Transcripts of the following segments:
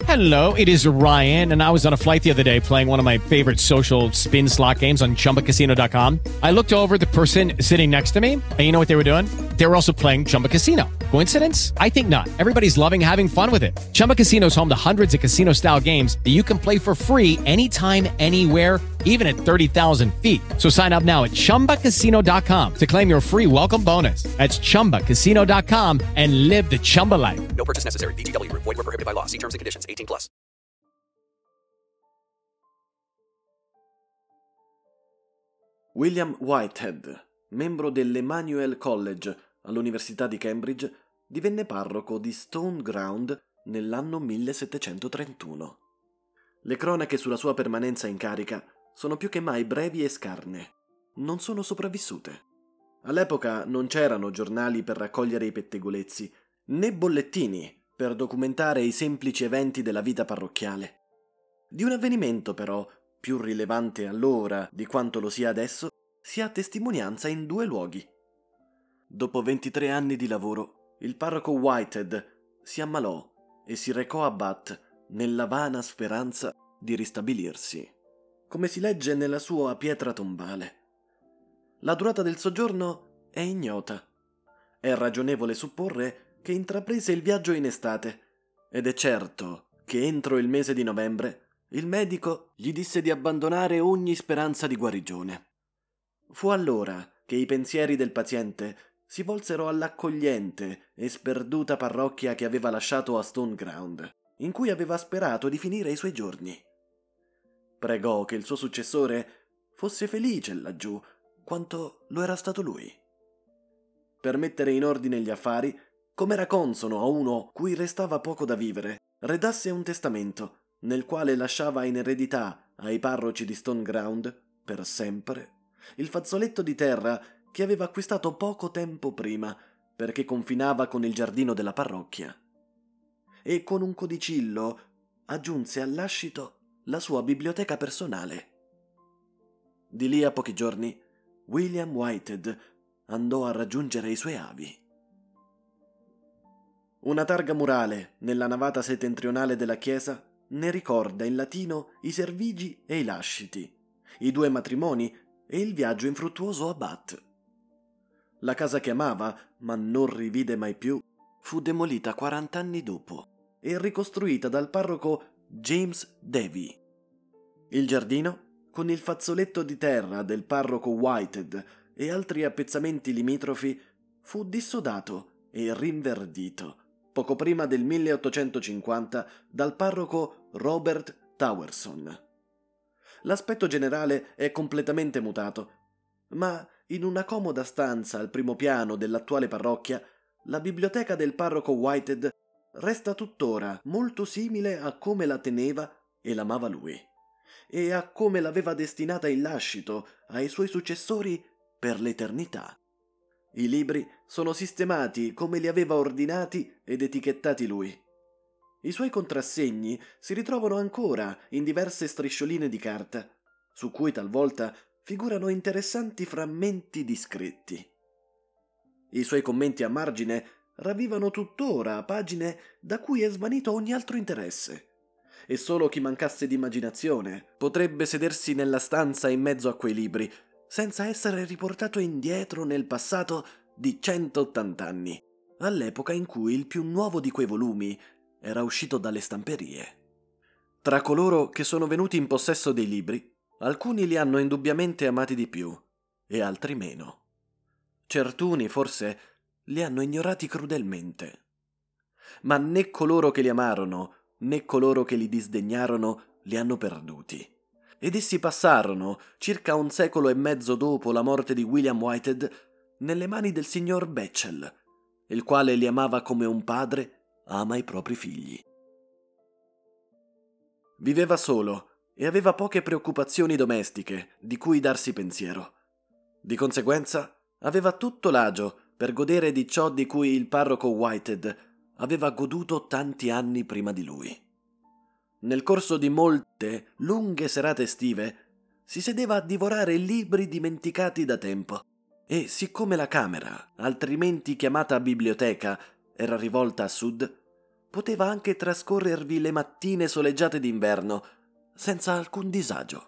Hello, it is Ryan, and I was on a flight the other day playing one of my favorite social spin slot games on ChumbaCasino.com. I looked over at the person sitting next to me, and you know what they were doing? They were also playing Chumba Casino. Coincidence? I think not. Everybody's loving having fun with it. Chumba Casino is home to hundreds of casino-style games that you can play for free anytime, anywhere, even at 30,000 feet. So sign up now at ChumbaCasino.com to claim your free welcome bonus. That's ChumbaCasino.com and live the Chumba life. No purchase necessary. VGW Group. Void where prohibited by law. See terms and conditions. 18+. William Whitehead, membro dell'Emmanuel College all'Università di Cambridge, divenne parroco di Stone Ground nell'anno 1731. Le cronache sulla sua permanenza in carica sono più che mai brevi e scarne. Non sono sopravvissute. All'epoca non c'erano giornali per raccogliere i pettegolezzi, né bollettini per documentare i semplici eventi della vita parrocchiale. Di un avvenimento, però, più rilevante allora di quanto lo sia adesso, si ha testimonianza in due luoghi. Dopo 23 anni di lavoro, il parroco Whitehead si ammalò e si recò a Bath nella vana speranza di ristabilirsi, come si legge nella sua pietra tombale. La durata del soggiorno è ignota. È ragionevole supporre che intraprese il viaggio in estate, ed è certo che entro il mese di novembre il medico gli disse di abbandonare ogni speranza di guarigione. Fu allora che i pensieri del paziente si volsero all'accogliente e sperduta parrocchia che aveva lasciato a Stone Ground, in cui aveva sperato di finire i suoi giorni. Pregò che il suo successore fosse felice laggiù quanto lo era stato lui. Per mettere in ordine gli affari, come era consono a uno cui restava poco da vivere, redasse un testamento nel quale lasciava in eredità ai parroci di Stone Ground, per sempre, il fazzoletto di terra che aveva acquistato poco tempo prima, perché confinava con il giardino della parrocchia. E con un codicillo aggiunse al lascito la sua biblioteca personale. Di lì a pochi giorni, William Whitehead andò a raggiungere i suoi avi. Una targa murale nella navata settentrionale della chiesa ne ricorda in latino i servigi e i lasciti, i due matrimoni e il viaggio infruttuoso a Bath. La casa che amava, ma non rivide mai più, fu demolita 40 anni dopo e ricostruita dal parroco James Davy. Il giardino, con il fazzoletto di terra del parroco Whitehead e altri appezzamenti limitrofi, fu dissodato e rinverdito poco prima del 1850 dal parroco Robert Towerson. L'aspetto generale è completamente mutato, ma in una comoda stanza al primo piano dell'attuale parrocchia, la biblioteca del parroco Whitehead resta tuttora molto simile a come la teneva e l'amava lui, e a come l'aveva destinata in lascito ai suoi successori per l'eternità. I libri sono sistemati come li aveva ordinati ed etichettati lui. I suoi contrassegni si ritrovano ancora in diverse striscioline di carta, su cui talvolta figurano interessanti frammenti di scritti. I suoi commenti a margine ravvivano tuttora pagine da cui è svanito ogni altro interesse, e solo chi mancasse di immaginazione potrebbe sedersi nella stanza in mezzo a quei libri, senza essere riportato indietro nel passato di 180 anni, all'epoca in cui il più nuovo di quei volumi era uscito dalle stamperie. Tra coloro che sono venuti in possesso dei libri, alcuni li hanno indubbiamente amati di più e altri meno. Certuni, forse, li hanno ignorati crudelmente. Ma né coloro che li amarono, né coloro che li disdegnarono li hanno perduti. Ed essi passarono, circa 1 secolo e mezzo dopo la morte di William Whitehead, nelle mani del signor Batchel, il quale li amava come un padre ama i propri figli. Viveva solo e aveva poche preoccupazioni domestiche di cui darsi pensiero. Di conseguenza, aveva tutto l'agio per godere di ciò di cui il parroco Whitehead aveva goduto tanti anni prima di lui. Nel corso di molte lunghe serate estive si sedeva a divorare libri dimenticati da tempo e, siccome la camera, altrimenti chiamata biblioteca, era rivolta a sud, poteva anche trascorrervi le mattine soleggiate d'inverno, senza alcun disagio.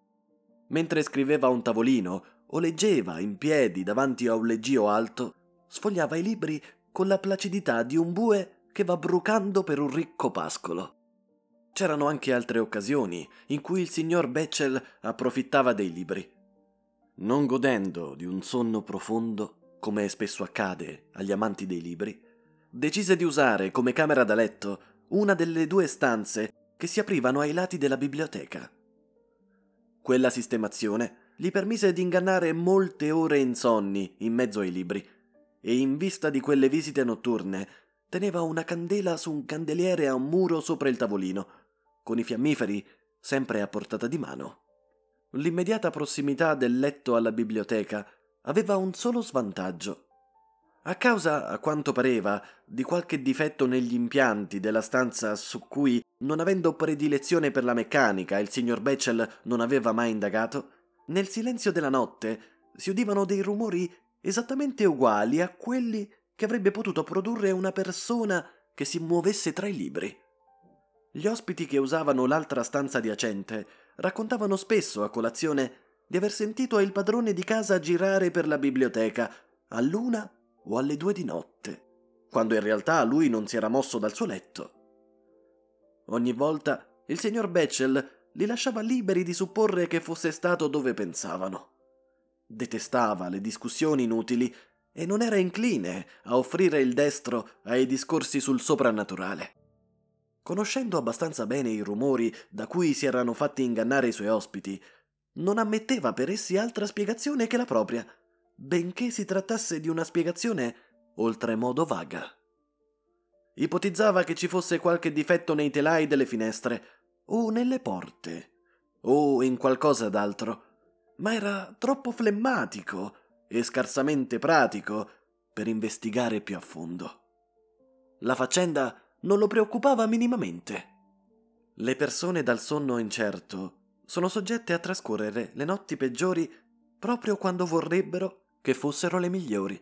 Mentre scriveva a un tavolino o leggeva in piedi davanti a un leggio alto, sfogliava i libri con la placidità di un bue che va brucando per un ricco pascolo. C'erano anche altre occasioni in cui il signor Beckel approfittava dei libri. Non godendo di un sonno profondo, come spesso accade agli amanti dei libri, decise di usare come camera da letto una delle 2 stanze che si aprivano ai lati della biblioteca. Quella sistemazione gli permise di ingannare molte ore insonni in mezzo ai libri, e in vista di quelle visite notturne teneva una candela su un candeliere a un muro sopra il tavolino, con i fiammiferi sempre a portata di mano. L'immediata prossimità del letto alla biblioteca aveva un solo svantaggio. A causa, a quanto pareva, di qualche difetto negli impianti della stanza su cui, non avendo predilezione per la meccanica, il signor Beckel non aveva mai indagato, nel silenzio della notte si udivano dei rumori esattamente uguali a quelli che avrebbe potuto produrre una persona che si muovesse tra i libri. Gli ospiti che usavano l'altra stanza adiacente raccontavano spesso a colazione di aver sentito il padrone di casa girare per la biblioteca all'1 o alle 2 di notte, quando in realtà lui non si era mosso dal suo letto. Ogni volta il signor Beckel li lasciava liberi di supporre che fosse stato dove pensavano. Detestava le discussioni inutili e non era incline a offrire il destro ai discorsi sul soprannaturale. Conoscendo abbastanza bene i rumori da cui si erano fatti ingannare i suoi ospiti, non ammetteva per essi altra spiegazione che la propria, benché si trattasse di una spiegazione oltremodo vaga. Ipotizzava che ci fosse qualche difetto nei telai delle finestre, o nelle porte, o in qualcosa d'altro, ma era troppo flemmatico e scarsamente pratico per investigare più a fondo. La faccenda non lo preoccupava minimamente. Le persone dal sonno incerto sono soggette a trascorrere le notti peggiori proprio quando vorrebbero che fossero le migliori.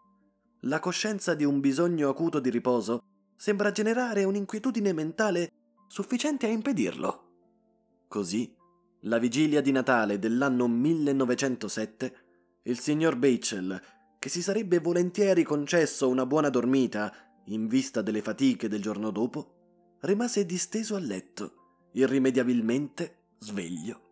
La coscienza di un bisogno acuto di riposo sembra generare un'inquietudine mentale sufficiente a impedirlo. Così, la vigilia di Natale dell'anno 1907, il signor Beckel, che si sarebbe volentieri concesso una buona dormita in vista delle fatiche del giorno dopo, rimase disteso a letto, irrimediabilmente sveglio.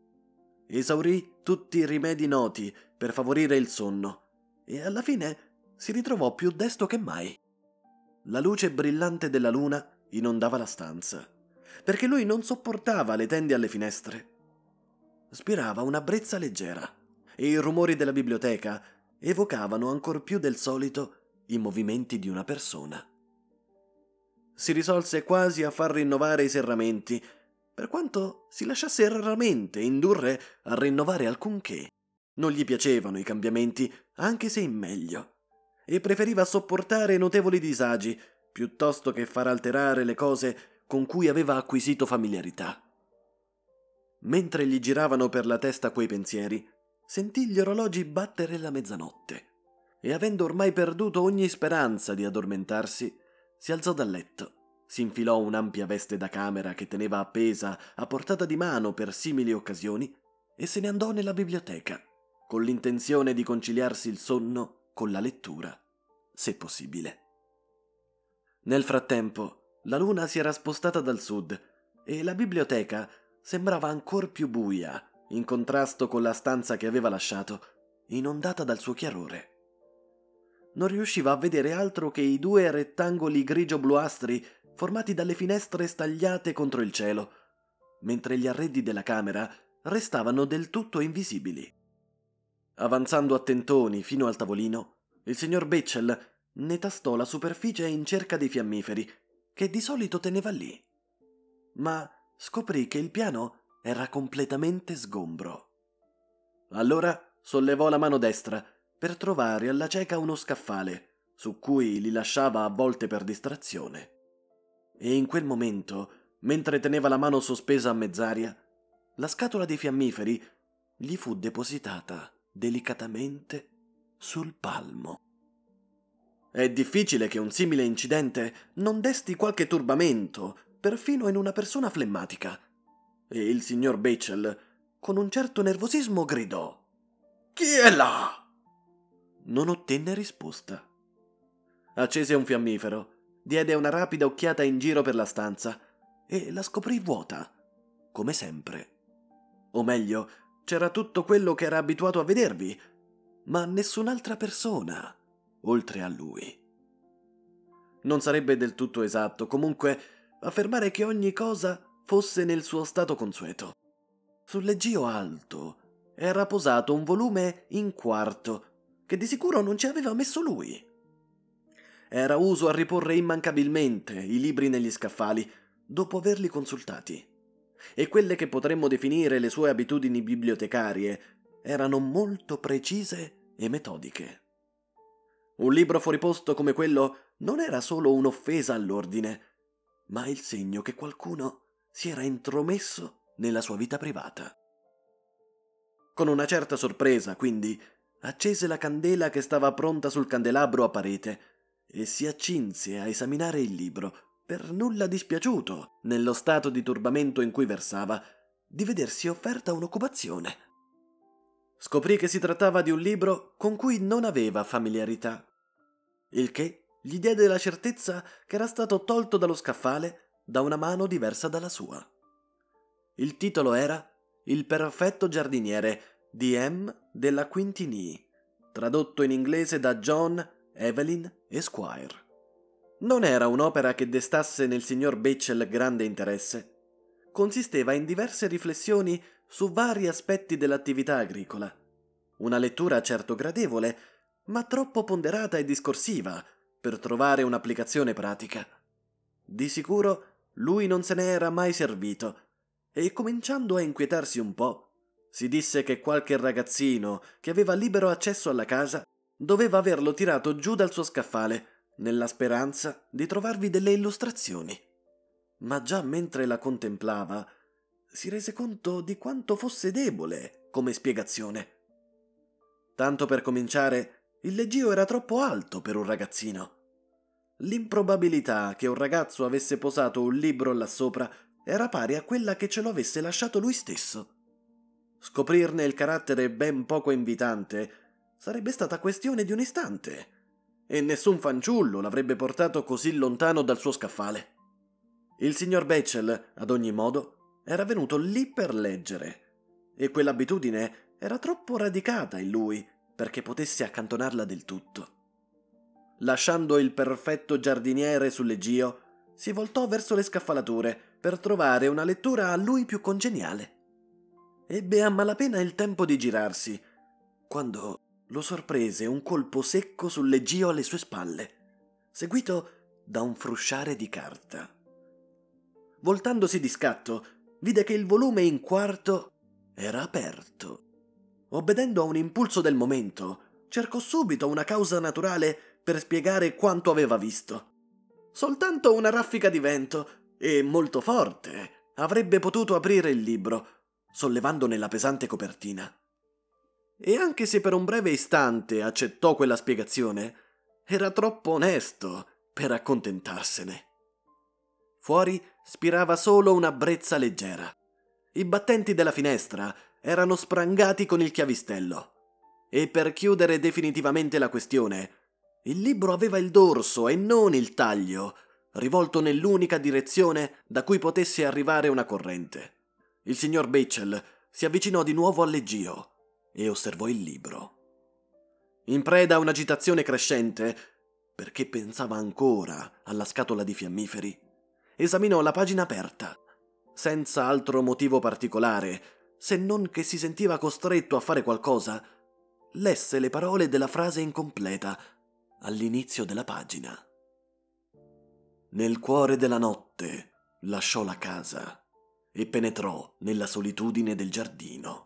Esaurì tutti i rimedi noti per favorire il sonno e alla fine si ritrovò più desto che mai. La luce brillante della luna inondava la stanza, perché lui non sopportava le tende alle finestre. Spirava una brezza leggera e i rumori della biblioteca evocavano ancor più del solito i movimenti di una persona. Si risolse quasi a far rinnovare i serramenti, per quanto si lasciasse raramente indurre a rinnovare alcunché. Non gli piacevano i cambiamenti, anche se in meglio, e preferiva sopportare notevoli disagi piuttosto che far alterare le cose con cui aveva acquisito familiarità. Mentre gli giravano per la testa quei pensieri, sentì gli orologi battere la mezzanotte e, avendo ormai perduto ogni speranza di addormentarsi, si alzò dal letto, si infilò un'ampia veste da camera che teneva appesa a portata di mano per simili occasioni e se ne andò nella biblioteca, con l'intenzione di conciliarsi il sonno con la lettura, se possibile. Nel frattempo, la luna si era spostata dal sud e la biblioteca sembrava ancor più buia, in contrasto con la stanza che aveva lasciato, inondata dal suo chiarore. Non riusciva a vedere altro che i 2 rettangoli grigio-bluastri formati dalle finestre stagliate contro il cielo, mentre gli arredi della camera restavano del tutto invisibili. Avanzando a tentoni fino al tavolino, il signor Beckel ne tastò la superficie in cerca dei fiammiferi, che di solito teneva lì. Ma scoprì che il piano era completamente sgombro. Allora sollevò la mano destra per trovare alla cieca uno scaffale, su cui li lasciava a volte per distrazione. E in quel momento, mentre teneva la mano sospesa a mezz'aria, la scatola dei fiammiferi gli fu depositata delicatamente sul palmo. È difficile che un simile incidente non desti qualche turbamento, perfino in una persona flemmatica. E il signor Batchel, con un certo nervosismo, gridò: «Chi è là?» Non ottenne risposta. Accese un fiammifero, diede una rapida occhiata in giro per la stanza e la scoprì vuota, come sempre. O meglio, c'era tutto quello che era abituato a vedervi, ma nessun'altra persona oltre a lui. Non sarebbe del tutto esatto, comunque, affermare che ogni cosa fosse nel suo stato consueto. Sul leggio alto era posato un volume in quarto, che di sicuro non ci aveva messo lui. Era uso a riporre immancabilmente i libri negli scaffali, dopo averli consultati, e quelle che potremmo definire le sue abitudini bibliotecarie erano molto precise e metodiche. Un libro fuori posto come quello non era solo un'offesa all'ordine, ma il segno che qualcuno si era intromesso nella sua vita privata. Con una certa sorpresa, quindi, accese la candela che stava pronta sul candelabro a parete e si accinse a esaminare il libro, per nulla dispiaciuto, nello stato di turbamento in cui versava, di vedersi offerta un'occupazione. Scoprì che si trattava di un libro con cui non aveva familiarità, il che gli diede la certezza che era stato tolto dallo scaffale da una mano diversa dalla sua. Il titolo era Il perfetto giardiniere di M. della Quintigny, tradotto in inglese da John Evelyn Esquire. Non era un'opera che destasse nel signor Batchel grande interesse. Consisteva in diverse riflessioni su vari aspetti dell'attività agricola. Una lettura certo gradevole, ma troppo ponderata e discorsiva per trovare un'applicazione pratica. Di sicuro lui non se ne era mai servito, e cominciando a inquietarsi un po', si disse che qualche ragazzino che aveva libero accesso alla casa doveva averlo tirato giù dal suo scaffale, nella speranza di trovarvi delle illustrazioni. Ma già mentre la contemplava, si rese conto di quanto fosse debole come spiegazione. Tanto per cominciare, il leggio era troppo alto per un ragazzino. L'improbabilità che un ragazzo avesse posato un libro là sopra era pari a quella che ce lo avesse lasciato lui stesso. Scoprirne il carattere ben poco invitante sarebbe stata questione di un istante, e nessun fanciullo l'avrebbe portato così lontano dal suo scaffale. Il signor Batchel, ad ogni modo, era venuto lì per leggere, e quell'abitudine era troppo radicata in lui perché potesse accantonarla del tutto. Lasciando il perfetto giardiniere sul leggio, si voltò verso le scaffalature per trovare una lettura a lui più congeniale. Ebbe a malapena il tempo di girarsi, quando lo sorprese un colpo secco sul leggio alle sue spalle, seguito da un frusciare di carta. Voltandosi di scatto, vide che il volume in quarto era aperto. Obbedendo a un impulso del momento, cercò subito una causa naturale per spiegare quanto aveva visto. Soltanto una raffica di vento, e molto forte, avrebbe potuto aprire il libro, sollevandone la pesante copertina. E anche se per un breve istante accettò quella spiegazione, era troppo onesto per accontentarsene. Fuori spirava solo una brezza leggera. I battenti della finestra erano sprangati con il chiavistello. E per chiudere definitivamente la questione, il libro aveva il dorso e non il taglio, rivolto nell'unica direzione da cui potesse arrivare una corrente. Il signor Batchel si avvicinò di nuovo al leggio e osservò il libro. In preda a un'agitazione crescente, perché pensava ancora alla scatola di fiammiferi, esaminò la pagina aperta, senza altro motivo particolare, se non che si sentiva costretto a fare qualcosa. Lesse le parole della frase incompleta all'inizio della pagina. Nel cuore della notte lasciò la casa e penetrò nella solitudine del giardino.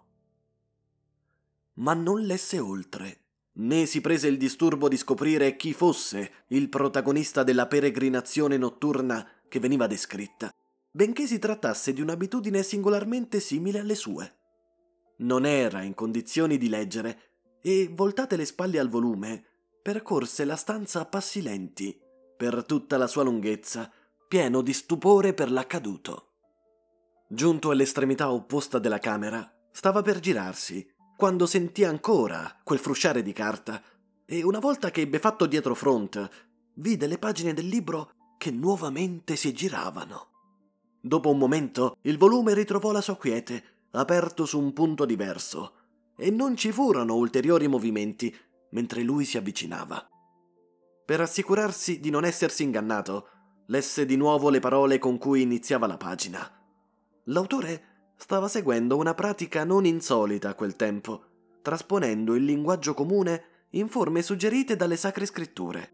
Ma non lesse oltre, né si prese il disturbo di scoprire chi fosse il protagonista della peregrinazione notturna che veniva descritta, benché si trattasse di un'abitudine singolarmente simile alle sue. Non era in condizioni di leggere e, voltate le spalle al volume, percorse la stanza a passi lenti, per tutta la sua lunghezza, pieno di stupore per l'accaduto. Giunto all'estremità opposta della camera, stava per girarsi, quando sentì ancora quel frusciare di carta e una volta che ebbe fatto dietro front, vide le pagine del libro che nuovamente si giravano. Dopo un momento il volume ritrovò la sua quiete, aperto su un punto diverso, e non ci furono ulteriori movimenti mentre lui si avvicinava. Per assicurarsi di non essersi ingannato, lesse di nuovo le parole con cui iniziava la pagina. L'autore stava seguendo una pratica non insolita a quel tempo, trasponendo il linguaggio comune in forme suggerite dalle sacre scritture.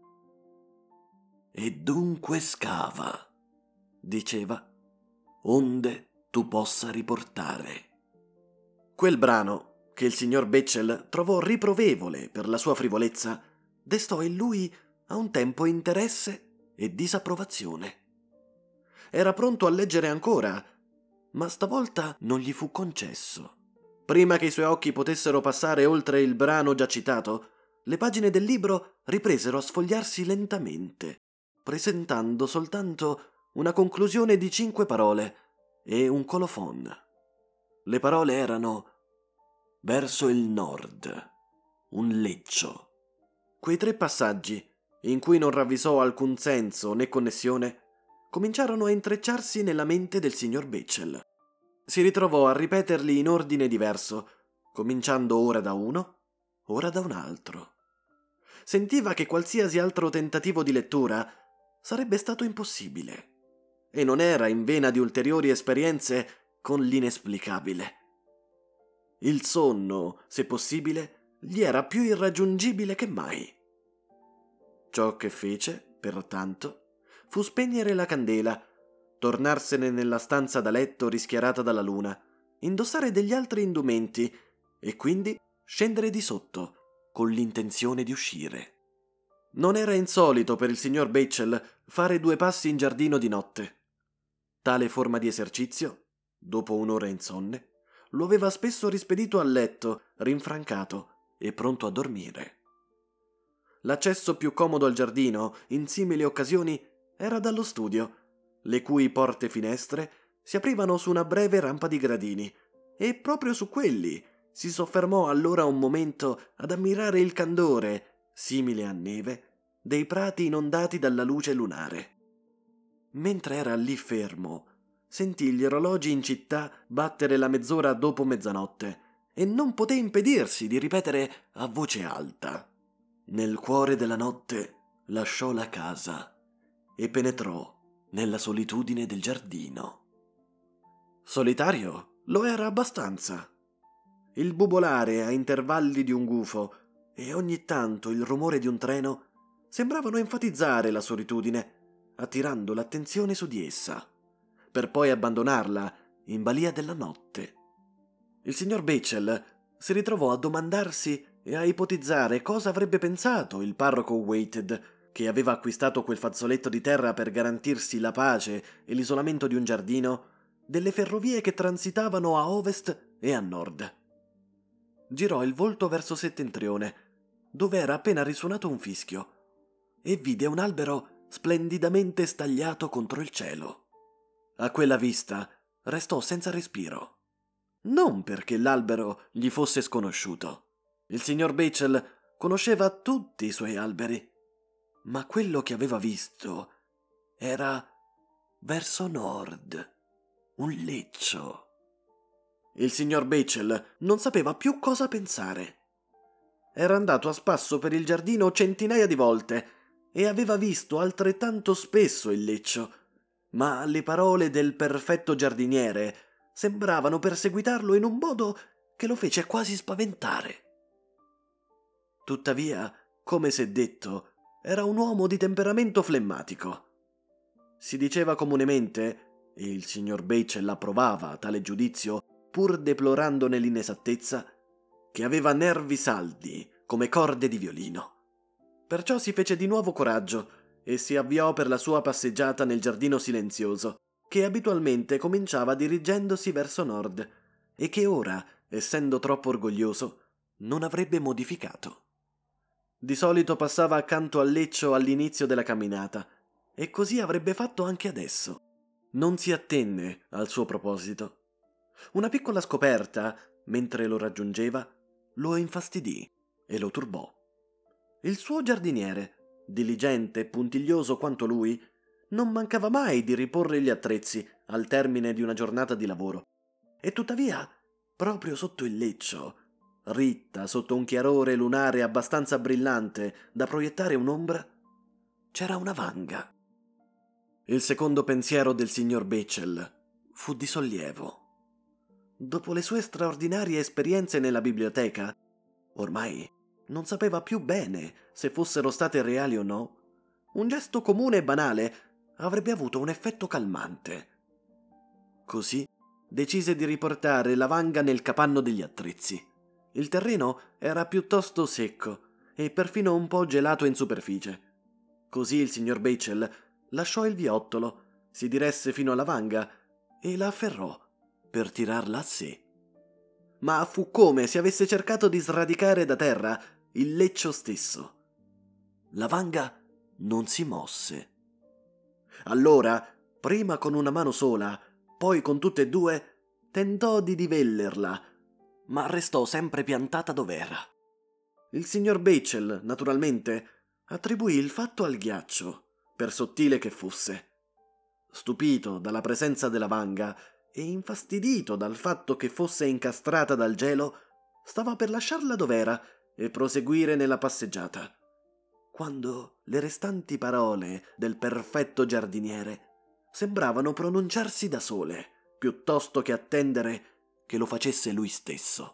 «E dunque scava», diceva, «onde tu possa riportare». Quel brano, che il signor Beckel trovò riprovevole per la sua frivolezza, destò in lui a un tempo interesse e disapprovazione. Era pronto a leggere ancora, ma stavolta non gli fu concesso. Prima che i suoi occhi potessero passare oltre il brano già citato, le pagine del libro ripresero a sfogliarsi lentamente, presentando soltanto una conclusione di 5 parole e un colofon. Le parole erano «verso il nord, un leccio». Quei 3 passaggi, in cui non ravvisò alcun senso né connessione, cominciarono a intrecciarsi nella mente del signor Beckel. Si ritrovò a ripeterli in ordine diverso, cominciando ora da uno, ora da un altro. Sentiva che qualsiasi altro tentativo di lettura sarebbe stato impossibile, e non era in vena di ulteriori esperienze con l'inesplicabile. Il sonno, se possibile, gli era più irraggiungibile che mai. Ciò che fece, pertanto, fu spegnere la candela, tornarsene nella stanza da letto rischiarata dalla luna, indossare degli altri indumenti e quindi scendere di sotto, con l'intenzione di uscire. Non era insolito per il signor Beckel fare 2 passi in giardino di notte. Tale forma di esercizio, dopo un'ora insonne, lo aveva spesso rispedito a letto, rinfrancato e pronto a dormire. L'accesso più comodo al giardino, in simili occasioni, era dallo studio, le cui porte finestre si aprivano su una breve rampa di gradini, e proprio su quelli si soffermò allora un momento ad ammirare il candore, simile a neve, dei prati inondati dalla luce lunare. Mentre era lì fermo, sentì gli orologi in città battere la mezz'ora dopo mezzanotte e non poté impedirsi di ripetere a voce alta: «Nel cuore della notte lasciò la casa e penetrò nella solitudine del giardino». Solitario lo era abbastanza. Il bubolare a intervalli di un gufo e ogni tanto il rumore di un treno sembravano enfatizzare la solitudine, attirando l'attenzione su di essa, per poi abbandonarla in balia della notte. Il signor Beckel si ritrovò a domandarsi e a ipotizzare cosa avrebbe pensato il parroco Waited, che aveva acquistato quel fazzoletto di terra per garantirsi la pace e l'isolamento di un giardino, delle ferrovie che transitavano a ovest e a nord. Girò il volto verso settentrione, dove era appena risuonato un fischio, e vide un albero splendidamente stagliato contro il cielo. A quella vista restò senza respiro. Non perché l'albero gli fosse sconosciuto. Il signor Beckel conosceva tutti i suoi alberi, ma quello che aveva visto era verso nord, un leccio. Il signor Beckel non sapeva più cosa pensare. Era andato a spasso per il giardino centinaia di volte e aveva visto altrettanto spesso il leccio, ma le parole del perfetto giardiniere sembravano perseguitarlo in un modo che lo fece quasi spaventare. Tuttavia, come s'è detto, era un uomo di temperamento flemmatico. Si diceva comunemente, e il signor Beckel approvava tale giudizio pur deplorandone l'inesattezza, che aveva nervi saldi come corde di violino. Perciò si fece di nuovo coraggio e si avviò per la sua passeggiata nel giardino silenzioso, che abitualmente cominciava dirigendosi verso nord e che ora, essendo troppo orgoglioso, non avrebbe modificato. Di solito passava accanto al leccio all'inizio della camminata, e così avrebbe fatto anche adesso. Non si attenne al suo proposito. Una piccola scoperta, mentre lo raggiungeva, lo infastidì e lo turbò. Il suo giardiniere, diligente e puntiglioso quanto lui, non mancava mai di riporre gli attrezzi al termine di una giornata di lavoro. E tuttavia, proprio sotto il leccio, ritta sotto un chiarore lunare abbastanza brillante da proiettare un'ombra, c'era una vanga. Il secondo pensiero del signor Becel fu di sollievo. Dopo le sue straordinarie esperienze nella biblioteca, ormai non sapeva più bene se fossero state reali o no. Un gesto comune e banale avrebbe avuto un effetto calmante. Così decise di riportare la vanga nel capanno degli attrezzi. Il terreno era piuttosto secco e perfino un po' gelato in superficie. Così il signor Becel lasciò il viottolo, si diresse fino alla vanga e la afferrò per tirarla a sé. Ma fu come se avesse cercato di sradicare da terra il leccio stesso. La vanga non si mosse. Allora, prima con una mano sola, poi con tutte e due, tentò di divellerla, ma restò sempre piantata dov'era. Il signor Becel, naturalmente, attribuì il fatto al ghiaccio, per sottile che fosse. Stupito dalla presenza della vanga e infastidito dal fatto che fosse incastrata dal gelo, stava per lasciarla dov'era e proseguire nella passeggiata, quando le restanti parole del perfetto giardiniere sembravano pronunciarsi da sole, piuttosto che attendere che lo facesse lui stesso.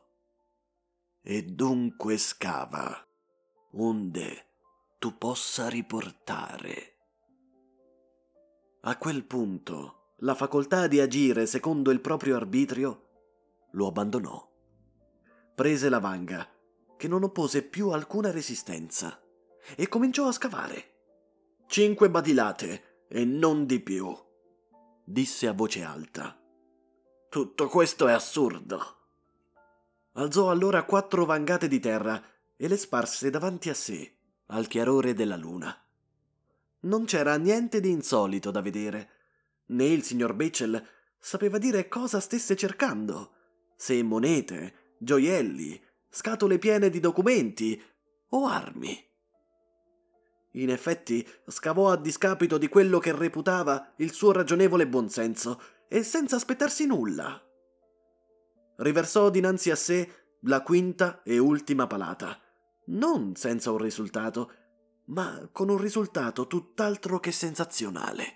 E dunque scava, onde tu possa riportare. A quel punto la facoltà di agire secondo il proprio arbitrio lo abbandonò. Prese la vanga, che non oppose più alcuna resistenza, e cominciò a scavare. 5 badilate e non di più, disse a voce alta. Tutto questo è assurdo. Alzò allora 4 vangate di terra e le sparse davanti a sé, al chiarore della luna. Non c'era niente di insolito da vedere, né il signor Becel sapeva dire cosa stesse cercando, se monete, gioielli, scatole piene di documenti o armi. In effetti scavò a discapito di quello che reputava il suo ragionevole buonsenso e senza aspettarsi nulla. Riversò dinanzi a sé la quinta e ultima palata, non senza un risultato, ma con un risultato tutt'altro che sensazionale.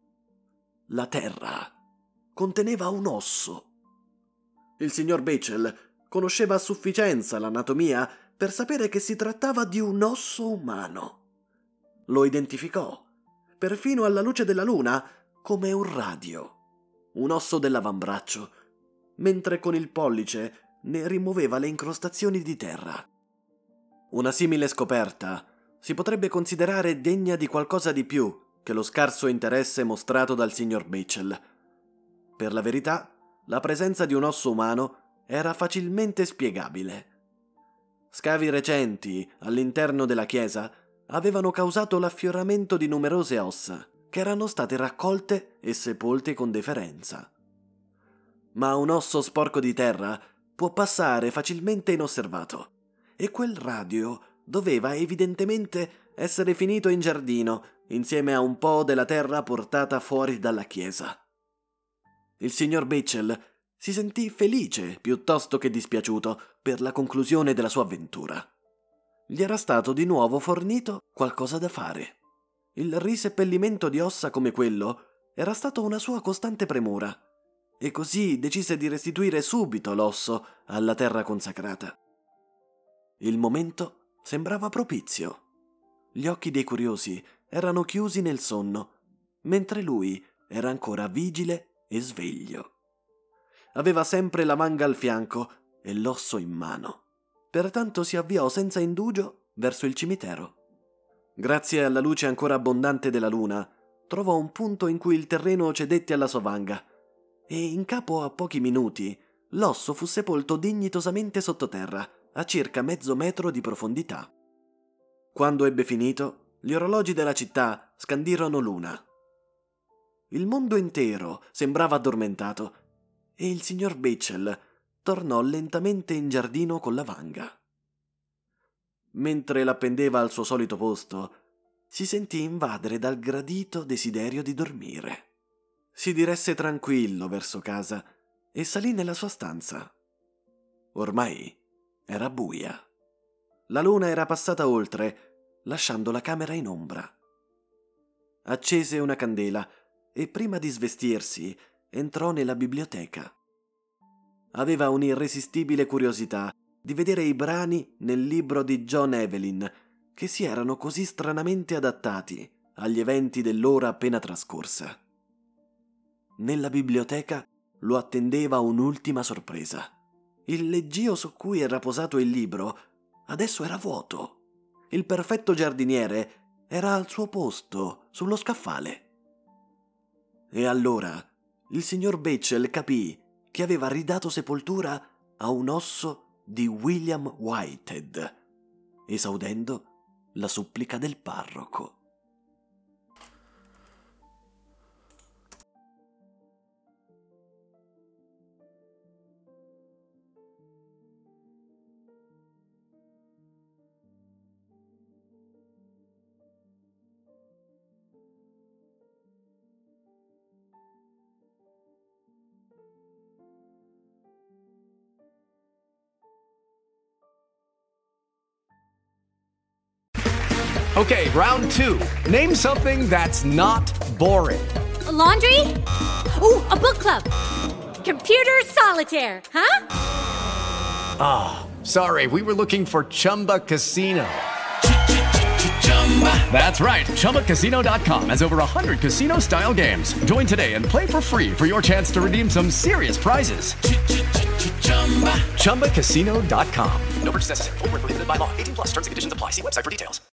La terra conteneva un osso. Il signor Becel conosceva a sufficienza l'anatomia per sapere che si trattava di un osso umano. Lo identificò, perfino alla luce della luna, come un radio, un osso dell'avambraccio, mentre con il pollice ne rimuoveva le incrostazioni di terra. Una simile scoperta si potrebbe considerare degna di qualcosa di più che lo scarso interesse mostrato dal signor Becel. Per la verità, la presenza di un osso umano era facilmente spiegabile. Scavi recenti all'interno della chiesa avevano causato l'affioramento di numerose ossa che erano state raccolte e sepolte con deferenza. Ma un osso sporco di terra può passare facilmente inosservato, e quel radio doveva evidentemente essere finito in giardino insieme a un po' della terra portata fuori dalla chiesa. Il signor Becel si sentì felice piuttosto che dispiaciuto per la conclusione della sua avventura. Gli era stato di nuovo fornito qualcosa da fare. Il riseppellimento di ossa come quello era stato una sua costante premura, e così decise di restituire subito l'osso alla terra consacrata. Il momento sembrava propizio. Gli occhi dei curiosi erano chiusi nel sonno, mentre lui era ancora vigile e sveglio. Aveva sempre la vanga al fianco e l'osso in mano. Pertanto si avviò senza indugio verso il cimitero. Grazie alla luce ancora abbondante della luna, trovò un punto in cui il terreno cedette alla sua vanga, e in capo a pochi minuti l'osso fu sepolto dignitosamente sottoterra, a circa mezzo metro di profondità. Quando ebbe finito, gli orologi della città scandirono l'una. Il mondo intero sembrava addormentato e il signor Batchel tornò lentamente in giardino con la vanga. Mentre l'appendeva al suo solito posto, si sentì invadere dal gradito desiderio di dormire. Si diresse tranquillo verso casa e salì nella sua stanza. Ormai era buia. La luna era passata oltre, lasciando la camera in ombra. Accese una candela e prima di svestirsi entrò nella biblioteca. Aveva un'irresistibile curiosità di vedere i brani nel libro di John Evelyn che si erano così stranamente adattati agli eventi dell'ora appena trascorsa. Nella biblioteca lo attendeva un'ultima sorpresa. Il leggio su cui era posato il libro adesso era vuoto. Il perfetto giardiniere era al suo posto, sullo scaffale. E allora il signor Batchel capì che aveva ridato sepoltura a un osso di William Whitehead, esaudendo la supplica del parroco. Okay, round two. Name something that's not boring. A laundry? Ooh, a book club. Computer solitaire, huh? Sorry, we were looking for Chumba Casino. That's right. ChumbaCasino.com has over 100 casino-style games. Join today and play for free for your chance to redeem some serious prizes. ChumbaCasino.com. No purchase necessary. Void where prohibited by law. 18+ terms and conditions apply. See website for details.